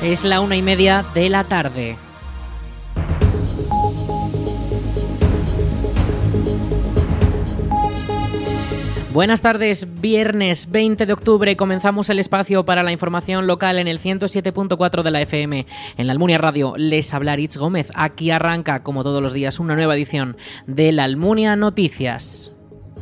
Es la 1:30 de la tarde. Buenas tardes, viernes 20 de octubre comenzamos el espacio para la información local en el 107.4 de la FM. En la Almunia Radio les habla Aritz Gómez. Aquí arranca, como todos los días, una nueva edición de la Almunia Noticias.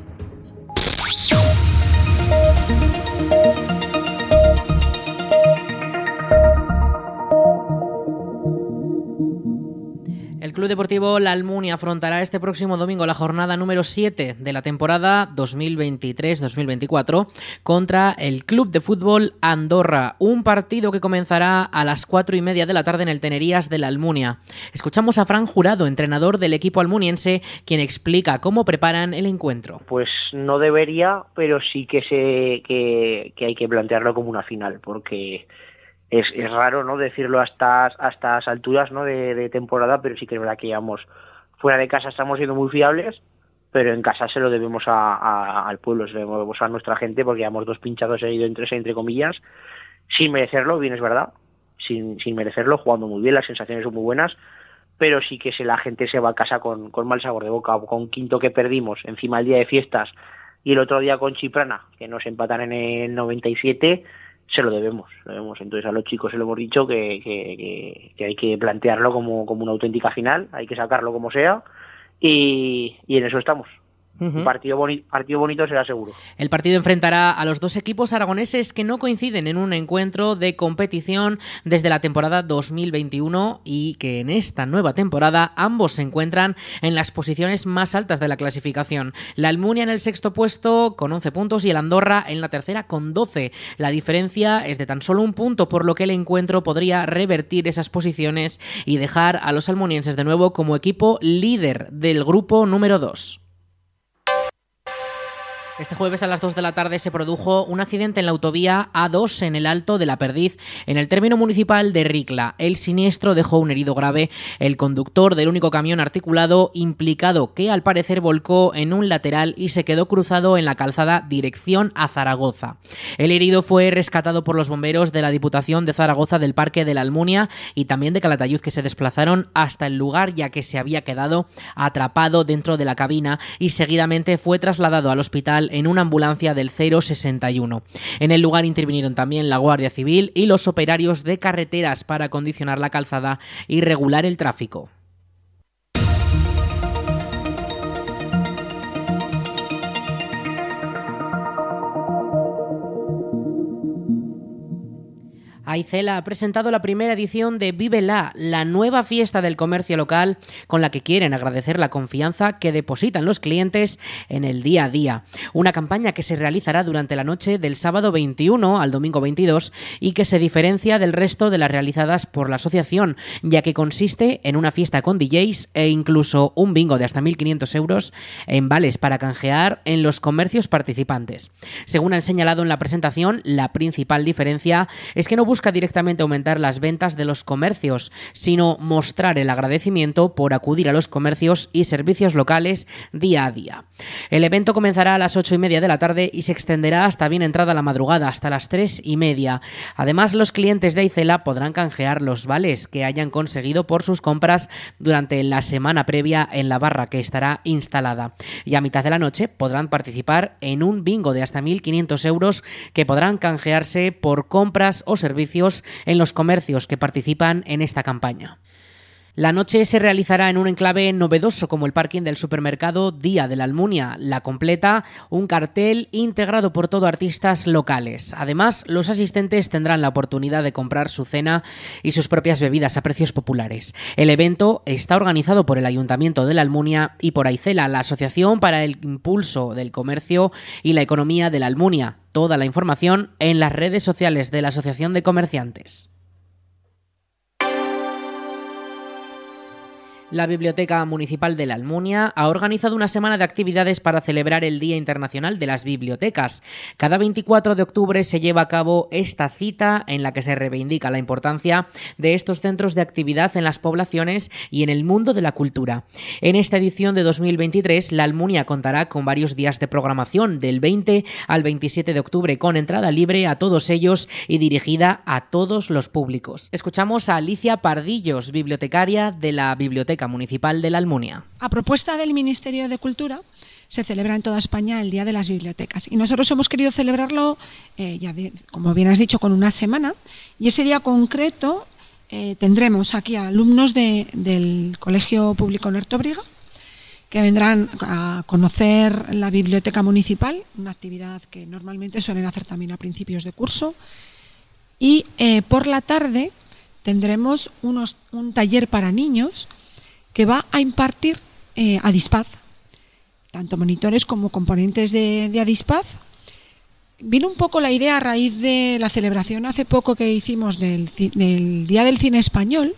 El Club Deportivo La Almunia afrontará este próximo domingo la jornada número 7 de la temporada 2023-2024 contra el Club de Fútbol Andorra, un partido que comenzará a las 4:30 de la tarde en el Tenerías de La Almunia. Escuchamos a Fran Jurado, entrenador del equipo almuniense, quien explica cómo preparan el encuentro. Pues no debería, pero sí que hay que plantearlo como una final, porque es raro, ¿no?, decirlo a estas alturas, ¿no?, de temporada, pero sí que es verdad que llevamos fuera de casa, estamos siendo muy fiables, pero en casa se lo debemos al pueblo, se lo debemos a nuestra gente, porque llevamos 2 pinchados seguidos entre comillas, sin merecerlo, bien es verdad, sin merecerlo, jugando muy bien, las sensaciones son muy buenas, pero sí que la gente se va a casa con mal sabor de boca, con quinto que perdimos, encima el día de fiestas, y el otro día con Chiprana, que nos empatan en el 97, se lo debemos. Entonces a los chicos se lo hemos dicho que hay que plantearlo como una auténtica final, hay que sacarlo como sea, y en eso estamos. Un partido bonito será seguro. El partido enfrentará a los dos equipos aragoneses que no coinciden en un encuentro de competición desde la temporada 2021 y que en esta nueva temporada ambos se encuentran en las posiciones más altas de la clasificación. La Almunia en el 6º puesto con 11 puntos y el Andorra en la 3ª con 12. La diferencia es de tan solo 1 punto, por lo que el encuentro podría revertir esas posiciones y dejar a los almunienses de nuevo como equipo líder del grupo número 2. Este jueves a las 2 de la tarde se produjo un accidente en la autovía A2 en el Alto de la Perdiz, en el término municipal de Ricla. El siniestro dejó un herido grave, el conductor del único camión articulado implicado, que al parecer volcó en un lateral y se quedó cruzado en la calzada dirección a Zaragoza. El herido fue rescatado por los bomberos de la Diputación de Zaragoza, del Parque de la Almunia y también de Calatayud, que se desplazaron hasta el lugar ya que se había quedado atrapado dentro de la cabina y seguidamente fue trasladado al hospital en una ambulancia del 061. En el lugar intervinieron también la Guardia Civil y los operarios de carreteras para acondicionar la calzada y regular el tráfico. Aicela ha presentado la primera edición de Vívela, la nueva fiesta del comercio local con la que quieren agradecer la confianza que depositan los clientes en el día a día. Una campaña que se realizará durante la noche del sábado 21 al domingo 22 y que se diferencia del resto de las realizadas por la asociación, ya que consiste en una fiesta con DJs e incluso un bingo de hasta 1.500 euros en vales para canjear en los comercios participantes. Según han señalado en la presentación, la principal diferencia es que no busca directamente aumentar las ventas de los comercios, sino mostrar el agradecimiento por acudir a los comercios y servicios locales día a día. El evento comenzará a las 8:30 de la tarde y se extenderá hasta bien entrada la madrugada, hasta las 3:30. Además, los clientes de Aicela podrán canjear los vales que hayan conseguido por sus compras durante la semana previa en la barra que estará instalada. Y a mitad de la noche podrán participar en un bingo de hasta 1.500 euros que podrán canjearse por compras o servicios en los comercios que participan en esta campaña. La noche se realizará en un enclave novedoso como el parking del supermercado Día de la Almunia. La completa un cartel integrado por todo artistas locales. Además, los asistentes tendrán la oportunidad de comprar su cena y sus propias bebidas a precios populares. El evento está organizado por el Ayuntamiento de la Almunia y por Aicela, la Asociación para el Impulso del Comercio y la Economía de la Almunia. Toda la información en las redes sociales de la Asociación de Comerciantes. La Biblioteca Municipal de la Almunia ha organizado una semana de actividades para celebrar el Día Internacional de las Bibliotecas. Cada 24 de octubre se lleva a cabo esta cita en la que se reivindica la importancia de estos centros de actividad en las poblaciones y en el mundo de la cultura. En esta edición de 2023, la Almunia contará con varios días de programación del 20 al 27 de octubre con entrada libre a todos ellos y dirigida a todos los públicos. Escuchamos a Alicia Pardillos, bibliotecaria de la Biblioteca Municipal de la Almunia. A propuesta del Ministerio de Cultura se celebra en toda España el Día de las Bibliotecas y nosotros hemos querido celebrarlo, como bien has dicho, con una semana, y ese día concreto tendremos aquí a alumnos del Colegio Público Nertóbriga que vendrán a conocer la Biblioteca Municipal, una actividad que normalmente suelen hacer también a principios de curso, y por la tarde tendremos un taller para niños que va a impartir Adispaz, tanto monitores como componentes de Adispaz. Vino un poco la idea a raíz de la celebración hace poco que hicimos del Día del Cine Español,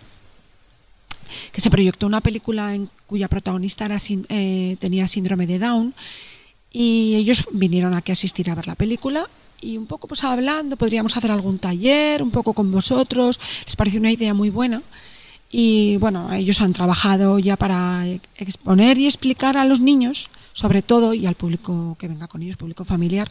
que se proyectó una película cuya protagonista tenía síndrome de Down, y ellos vinieron aquí a asistir a ver la película y un poco pues hablando, podríamos hacer algún taller un poco con vosotros, les pareció una idea muy buena. Y bueno, ellos han trabajado ya para exponer y explicar a los niños, sobre todo, y al público que venga con ellos, público familiar,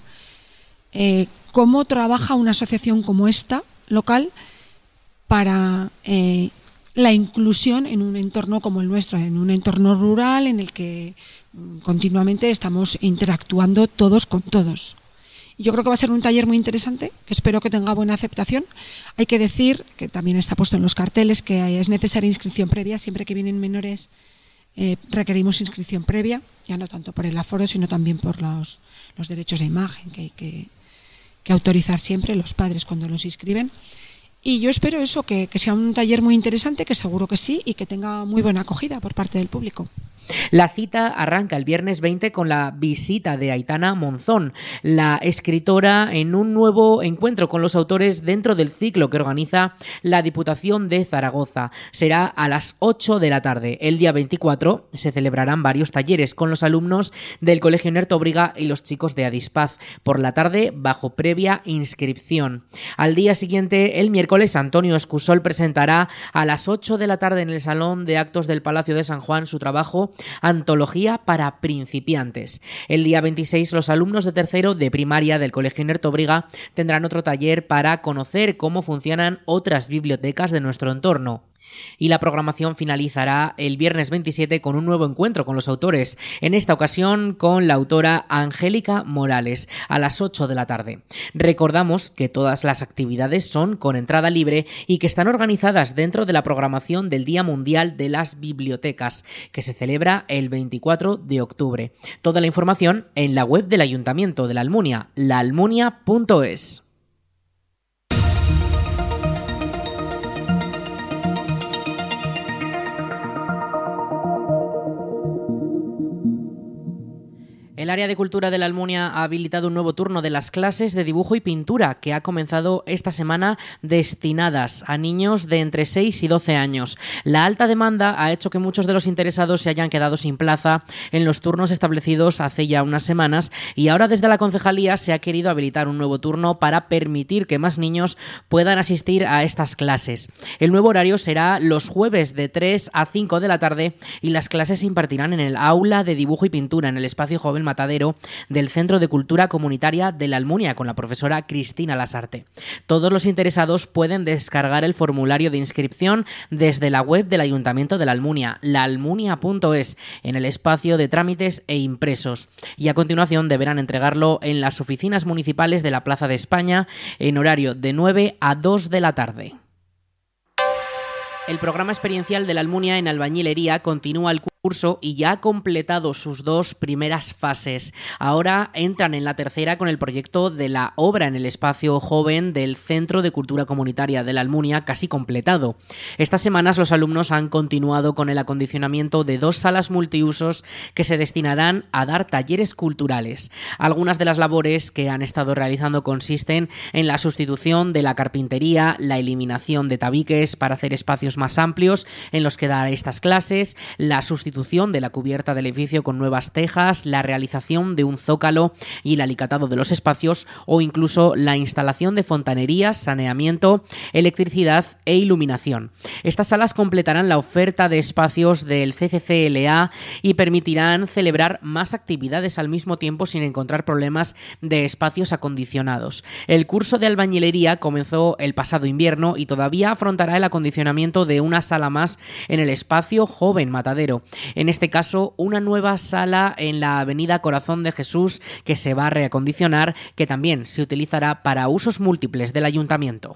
cómo trabaja una asociación como esta, local, para la inclusión en un entorno como el nuestro, en un entorno rural en el que continuamente estamos interactuando todos con todos. Yo creo que va a ser un taller muy interesante, que espero que tenga buena aceptación. Hay que decir, que también está puesto en los carteles, que es necesaria inscripción previa. Siempre que vienen menores requerimos inscripción previa, ya no tanto por el aforo, sino también por los derechos de imagen que hay que autorizar siempre los padres cuando los inscriben. Y yo espero eso, que sea un taller muy interesante, que seguro que sí, y que tenga muy buena acogida por parte del público. La cita arranca el viernes 20 con la visita de Aitana Monzón, la escritora, en un nuevo encuentro con los autores dentro del ciclo que organiza la Diputación de Zaragoza. Será a las 8 de la tarde. El día 24 se celebrarán varios talleres con los alumnos del Colegio Nertóbriga y los chicos de Adispaz. Por la tarde, bajo previa inscripción. Al día siguiente, el miércoles, Antonio Escusol presentará a las 8 de la tarde en el Salón de Actos del Palacio de San Juan su trabajo Antología para principiantes. El día 26 los alumnos de tercero de primaria del Colegio Nertóbriga tendrán otro taller para conocer cómo funcionan otras bibliotecas de nuestro entorno. Y la programación finalizará el viernes 27 con un nuevo encuentro con los autores, en esta ocasión con la autora Angélica Morales, a las 8 de la tarde. Recordamos que todas las actividades son con entrada libre y que están organizadas dentro de la programación del Día Mundial de las Bibliotecas, que se celebra el 24 de octubre. Toda la información en la web del Ayuntamiento de la Almunia, laalmunia.es. El área de cultura de la Almunia ha habilitado un nuevo turno de las clases de dibujo y pintura que ha comenzado esta semana, destinadas a niños de entre 6 y 12 años. La alta demanda ha hecho que muchos de los interesados se hayan quedado sin plaza en los turnos establecidos hace ya unas semanas, y ahora desde la concejalía se ha querido habilitar un nuevo turno para permitir que más niños puedan asistir a estas clases. El nuevo horario será los jueves de 3 a 5 de la tarde y las clases se impartirán en el aula de dibujo y pintura en el espacio Joven Matadero del Centro de Cultura Comunitaria de la Almunia, con la profesora Cristina Lasarte. Todos los interesados pueden descargar el formulario de inscripción desde la web del Ayuntamiento de la Almunia, laalmunia.es, en el espacio de trámites e impresos, y a continuación deberán entregarlo en las oficinas municipales de la Plaza de España en horario de 9 a 2 de la tarde. El programa experiencial de la Almunia en albañilería continúa curso y ya ha completado sus 2 primeras fases. Ahora entran en la tercera con el proyecto de la obra en el espacio joven del Centro de Cultura Comunitaria de la Almunia, casi completado. Estas semanas los alumnos han continuado con el acondicionamiento de 2 salas multiusos que se destinarán a dar talleres culturales. Algunas de las labores que han estado realizando consisten en la sustitución de la carpintería, la eliminación de tabiques para hacer espacios más amplios en los que dar estas clases, la sustitución de la cubierta del edificio con nuevas tejas, la realización de un zócalo y el alicatado de los espacios, o incluso la instalación de fontanerías, saneamiento, electricidad e iluminación. Estas salas completarán la oferta de espacios del CCCLA y permitirán celebrar más actividades al mismo tiempo sin encontrar problemas de espacios acondicionados. El curso de albañilería comenzó el pasado invierno y todavía afrontará el acondicionamiento de una sala más en el espacio Joven Matadero. En este caso, una nueva sala en la avenida Corazón de Jesús que se va a reacondicionar, que también se utilizará para usos múltiples del ayuntamiento.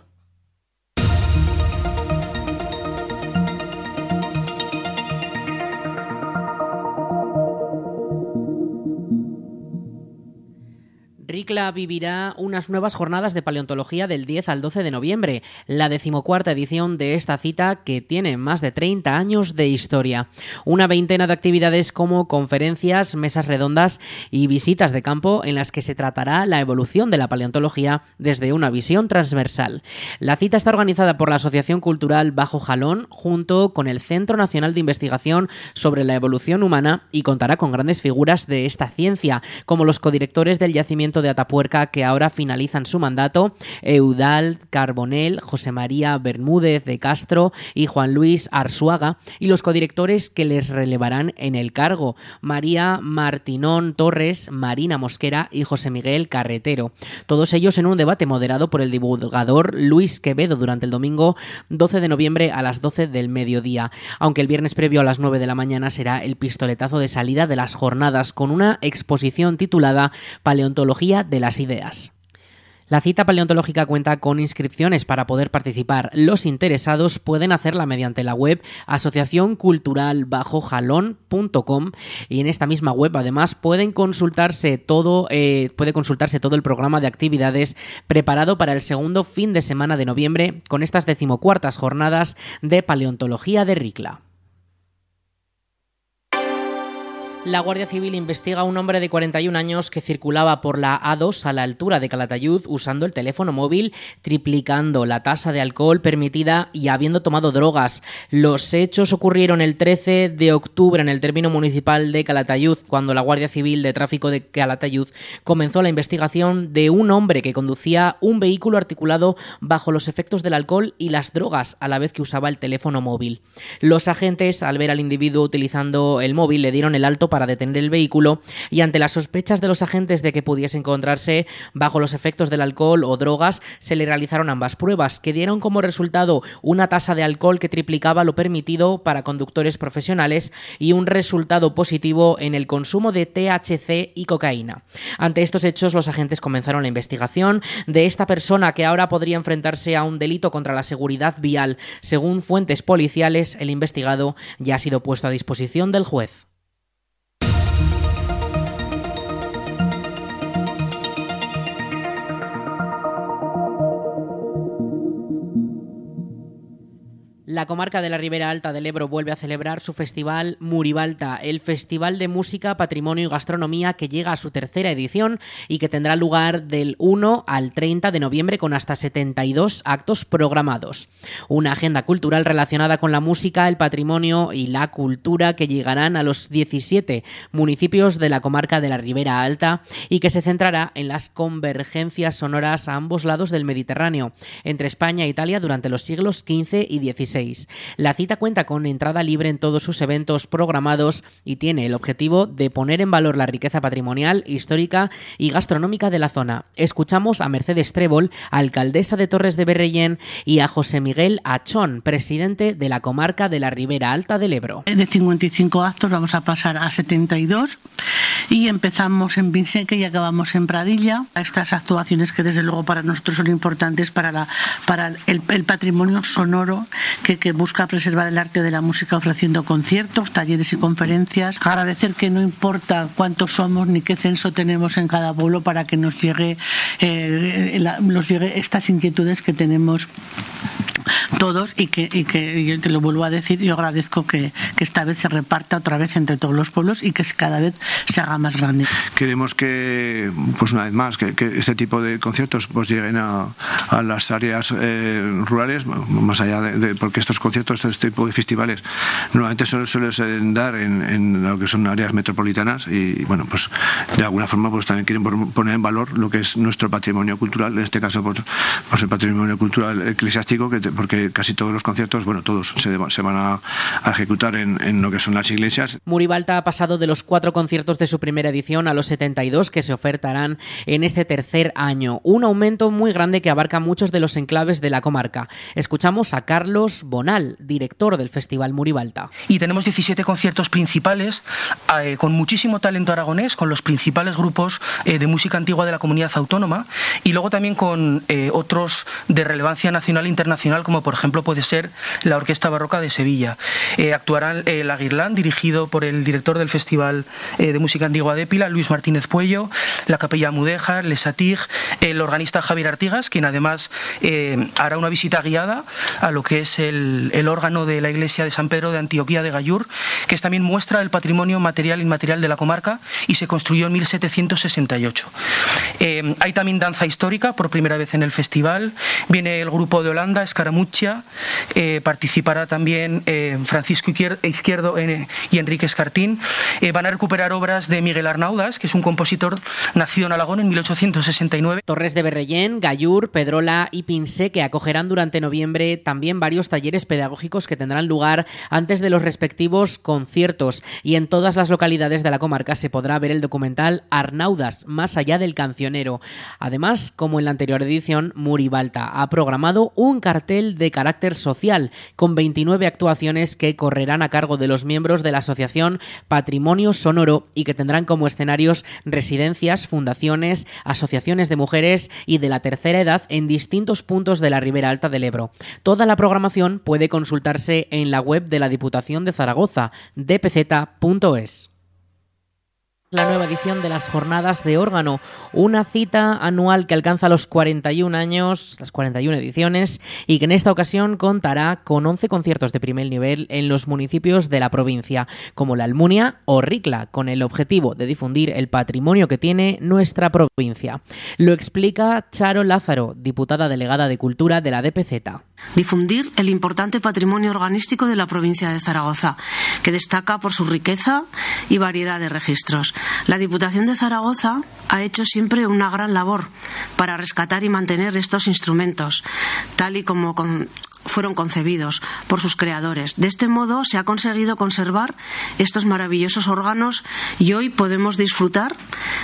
Ricla vivirá unas nuevas jornadas de paleontología del 10 al 12 de noviembre, la 14ª edición de esta cita que tiene más de 30 años de historia. Una veintena de actividades como conferencias, mesas redondas y visitas de campo en las que se tratará la evolución de la paleontología desde una visión transversal. La cita está organizada por la Asociación Cultural Bajo Jalón junto con el Centro Nacional de Investigación sobre la Evolución Humana y contará con grandes figuras de esta ciencia, como los codirectores del yacimiento de Atapuerca que ahora finalizan su mandato, Eudald Carbonell, José María Bermúdez de Castro y Juan Luis Arzuaga, y los codirectores que les relevarán en el cargo, María Martinón Torres, Marina Mosquera y José Miguel Carretero. Todos ellos en un debate moderado por el divulgador Luis Quevedo durante el domingo 12 de noviembre a las 12 del mediodía, aunque el viernes previo a las 9 de la mañana será el pistoletazo de salida de las jornadas con una exposición titulada Paleontología de las ideas. La cita paleontológica cuenta con inscripciones para poder participar. Los interesados pueden hacerla mediante la web asociacionculturalbajojalón.com y en esta misma web además puede consultarse todo el programa de actividades preparado para el segundo fin de semana de noviembre con estas 14ª jornadas de paleontología de Ricla. La Guardia Civil investiga a un hombre de 41 años que circulaba por la A2 a la altura de Calatayud usando el teléfono móvil, triplicando la tasa de alcohol permitida y habiendo tomado drogas. Los hechos ocurrieron el 13 de octubre en el término municipal de Calatayud, cuando la Guardia Civil de Tráfico de Calatayud comenzó la investigación de un hombre que conducía un vehículo articulado bajo los efectos del alcohol y las drogas a la vez que usaba el teléfono móvil. Los agentes, al ver al individuo utilizando el móvil, le dieron el alto para detener el vehículo y ante las sospechas de los agentes de que pudiese encontrarse bajo los efectos del alcohol o drogas, se le realizaron ambas pruebas, que dieron como resultado una tasa de alcohol que triplicaba lo permitido para conductores profesionales y un resultado positivo en el consumo de THC y cocaína. Ante estos hechos, los agentes comenzaron la investigación de esta persona que ahora podría enfrentarse a un delito contra la seguridad vial. Según fuentes policiales, el investigado ya ha sido puesto a disposición del juez. La comarca de la Ribera Alta del Ebro vuelve a celebrar su festival Muribalta, el festival de música, patrimonio y gastronomía que llega a su tercera edición y que tendrá lugar del 1 al 30 de noviembre con hasta 72 actos programados. Una agenda cultural relacionada con la música, el patrimonio y la cultura que llegarán a los 17 municipios de la comarca de la Ribera Alta y que se centrará en las convergencias sonoras a ambos lados del Mediterráneo, entre España e Italia durante los siglos XV y XVI. La cita cuenta con entrada libre en todos sus eventos programados y tiene el objetivo de poner en valor la riqueza patrimonial, histórica y gastronómica de la zona. Escuchamos a Mercedes Trébol, alcaldesa de Torres de Berrellén, y a José Miguel Achón, presidente de la comarca de la Ribera Alta del Ebro. De 55 actos vamos a pasar a 72 y empezamos en Pinseque y acabamos en Pradilla. Estas actuaciones que desde luego para nosotros son importantes para el patrimonio sonoro que busca preservar el arte de la música, ofreciendo conciertos, talleres y conferencias. Agradecer que no importa cuántos somos ni qué censo tenemos en cada pueblo para que nos llegue estas inquietudes que tenemos todos y que yo te lo vuelvo a decir, yo agradezco que esta vez se reparta otra vez entre todos los pueblos y que cada vez se haga más grande. Queremos que, pues una vez más, que este tipo de conciertos pues lleguen a las áreas rurales, más allá porque estos conciertos, este tipo de festivales normalmente suelen dar en lo que son áreas metropolitanas y bueno, pues de alguna forma pues también quieren poner en valor lo que es nuestro patrimonio cultural, en este caso pues el patrimonio cultural eclesiástico, porque casi todos los conciertos, bueno, todos se van a ejecutar en lo que son las iglesias. Muribalta ha pasado de los 4 conciertos de su primera edición a los 72 que se ofertarán en este tercer año, un aumento muy grande que abarca muchos de los enclaves de la comarca. Escuchamos a Carlos Bonal, director del Festival Muribalta. Y tenemos 17 conciertos principales con muchísimo talento aragonés, con los principales grupos de música antigua de la comunidad autónoma y luego también con otros de relevancia nacional e internacional, como por ejemplo puede ser la Orquesta Barroca de Sevilla. Actuarán el Aguirlán, dirigido por el director del Festival de Música Antigua de Pila, Luis Martínez Puello, la Capella Mudéjar, Les Satig, el organista Javier Artigas, quien además hará una visita guiada a lo que es el órgano de la iglesia de San Pedro de Antioquía de Gallur, que es también muestra del patrimonio material e inmaterial de la comarca y se construyó en 1768. Hay también danza histórica por primera vez en el festival. Viene el grupo de Holanda, Escaramuccia, participará también Francisco Izquierdo y Enrique Escartín. Van a recuperar obras de Miguel Arnaudas, que es un compositor nacido en Alagón en 1869. Torres de Berrellén, Gallur, Pedrola y Pinseque acogerán durante noviembre también varios talleres pedagógicos que tendrán lugar antes de los respectivos conciertos, y en todas las localidades de la comarca se podrá ver el documental Arnaudas, más allá del cancionero. Además, como en la anterior edición, Muribalta ha programado un cartel de carácter social con 29 actuaciones que correrán a cargo de los miembros de la asociación Patrimonio Sonoro y que tendrán como escenarios residencias, fundaciones, asociaciones de mujeres y de la tercera edad en distintos puntos de la Ribera Alta del Ebro. Toda la programación puede consultarse en la web de la Diputación de Zaragoza, dpz.es. La nueva edición de las Jornadas de Órgano, una cita anual que alcanza los 41 años, las 41 ediciones, y que en esta ocasión contará con 11 conciertos de primer nivel en los municipios de la provincia, como la Almunia o Ricla, con el objetivo de difundir el patrimonio que tiene nuestra provincia. Lo explica Charo Lázaro, diputada delegada de Cultura de la DPZ. Difundir el importante patrimonio organístico de la provincia de Zaragoza, que destaca por su riqueza y variedad de registros. La Diputación de Zaragoza ha hecho siempre una gran labor para rescatar y mantener estos instrumentos, tal y como fueron concebidos por sus creadores. De este modo se ha conseguido conservar estos maravillosos órganos y hoy podemos disfrutar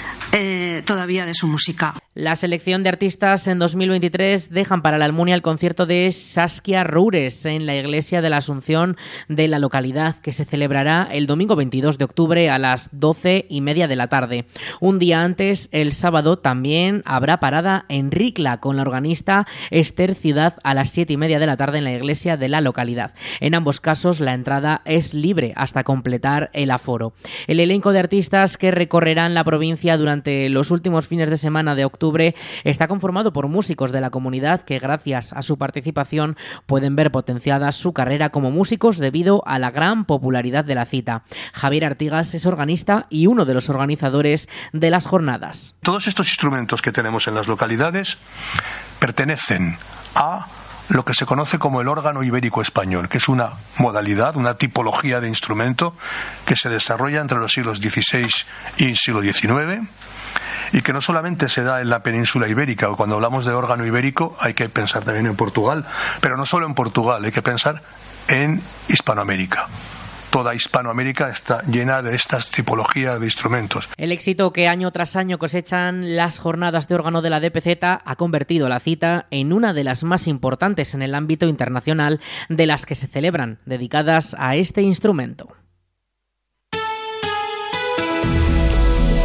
todavía de su música. La selección de artistas en 2023 dejan para la Almunia el concierto de Saskia Roures en la iglesia de la Asunción de la localidad, que se celebrará el domingo 22 de octubre a las 12:30 de la tarde. Un día antes, el sábado, también habrá parada en Ricla con la organista Esther Ciudad a las 7:30 de la tarde en la iglesia de la localidad. En ambos casos, la entrada es libre hasta completar el aforo. El elenco de artistas que recorrerán la provincia durante los últimos fines de semana de octubre está conformado por músicos de la comunidad que, gracias a su participación, pueden ver potenciada su carrera como músicos debido a la gran popularidad de la cita. Javier Artigas es organista y uno de los organizadores de las jornadas. Todos estos instrumentos que tenemos en las localidades pertenecen a lo que se conoce como el órgano ibérico español, que es una modalidad, una tipología de instrumento que se desarrolla entre los siglos XVI y el siglo XIX, y que no solamente se da en la península ibérica. Cuando hablamos de órgano ibérico hay que pensar también en Portugal, pero no solo en Portugal, hay que pensar en Hispanoamérica. Toda Hispanoamérica está llena de estas tipologías de instrumentos. El éxito que año tras año cosechan las jornadas de órgano de la DPZ ha convertido la cita en una de las más importantes en el ámbito internacional de las que se celebran, dedicadas a este instrumento.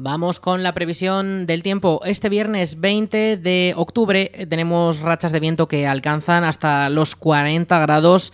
Vamos con la previsión del tiempo. Este viernes 20 de octubre tenemos rachas de viento que alcanzan hasta los 40 grados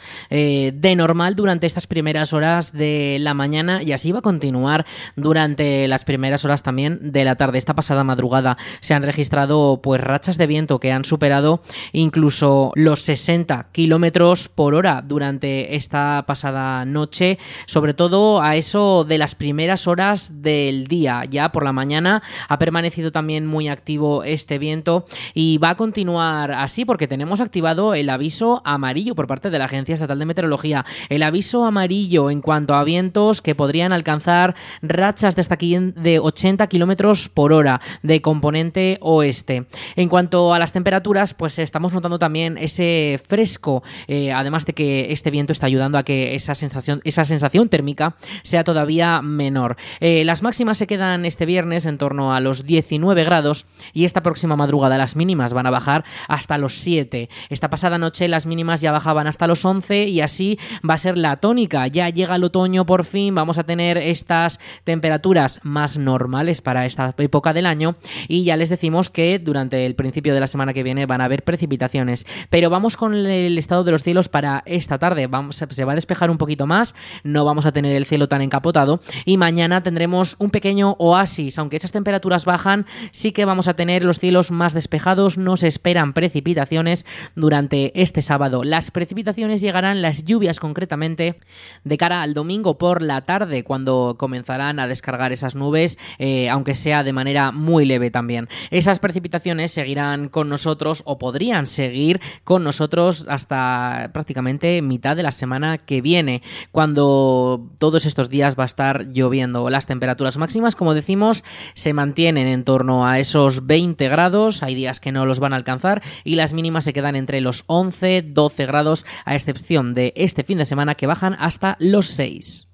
de normal durante estas primeras horas de la mañana, y así va a continuar durante las primeras horas también de la tarde. Esta pasada madrugada se han registrado pues rachas de viento que han superado incluso los 60 kilómetros por hora durante esta pasada noche, sobre todo a eso de las primeras horas del día. Ya por la mañana ha permanecido también muy activo este viento y va a continuar así porque tenemos activado el aviso amarillo por parte de la Agencia Estatal de Meteorología. El aviso amarillo en cuanto a vientos que podrían alcanzar rachas de hasta aquí de 80 kilómetros por hora de componente oeste. En cuanto a las temperaturas, pues estamos notando también ese fresco, además de que este viento está ayudando a que esa sensación térmica sea todavía menor. Las máximas se quedan este viernes en torno a los 19 grados y esta próxima madrugada las mínimas van a bajar hasta los 7. Esta pasada noche las mínimas ya bajaban hasta los 11 y así va a ser la tónica. Ya llega el otoño por fin, vamos a tener estas temperaturas más normales para esta época del año y ya les decimos que durante el principio de la semana que viene van a haber precipitaciones. Pero vamos con el estado de los cielos para esta tarde. Se va a despejar un poquito más, no vamos a tener el cielo tan encapotado y mañana tendremos un pequeño oasis. Aunque esas temperaturas bajan, sí que vamos a tener los cielos más despejados, no se esperan precipitaciones durante este sábado. Las precipitaciones llegarán, las lluvias concretamente, de cara al domingo por la tarde, cuando comenzarán a descargar esas nubes, aunque sea de manera muy leve también. Esas precipitaciones seguirán con nosotros o podrían seguir con nosotros hasta prácticamente mitad de la semana que viene, cuando todos estos días va a estar lloviendo. Las temperaturas máximas, como decimos, se mantienen en torno a esos 20 grados, hay días que no los van a alcanzar y las mínimas se quedan entre los 11-12 grados, a excepción de este fin de semana que bajan hasta los 6.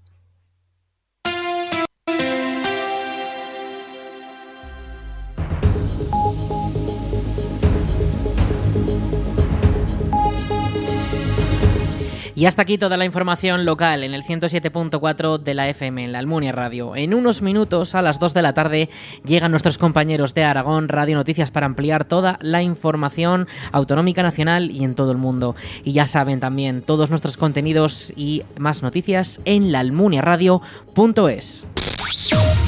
Y hasta aquí toda la información local en el 107.4 de la FM en la Almunia Radio. En unos minutos, a las 2 de la tarde, llegan nuestros compañeros de Aragón Radio Noticias para ampliar toda la información autonómica, nacional y en todo el mundo. Y ya saben también todos nuestros contenidos y más noticias en laalmuniaradio.es.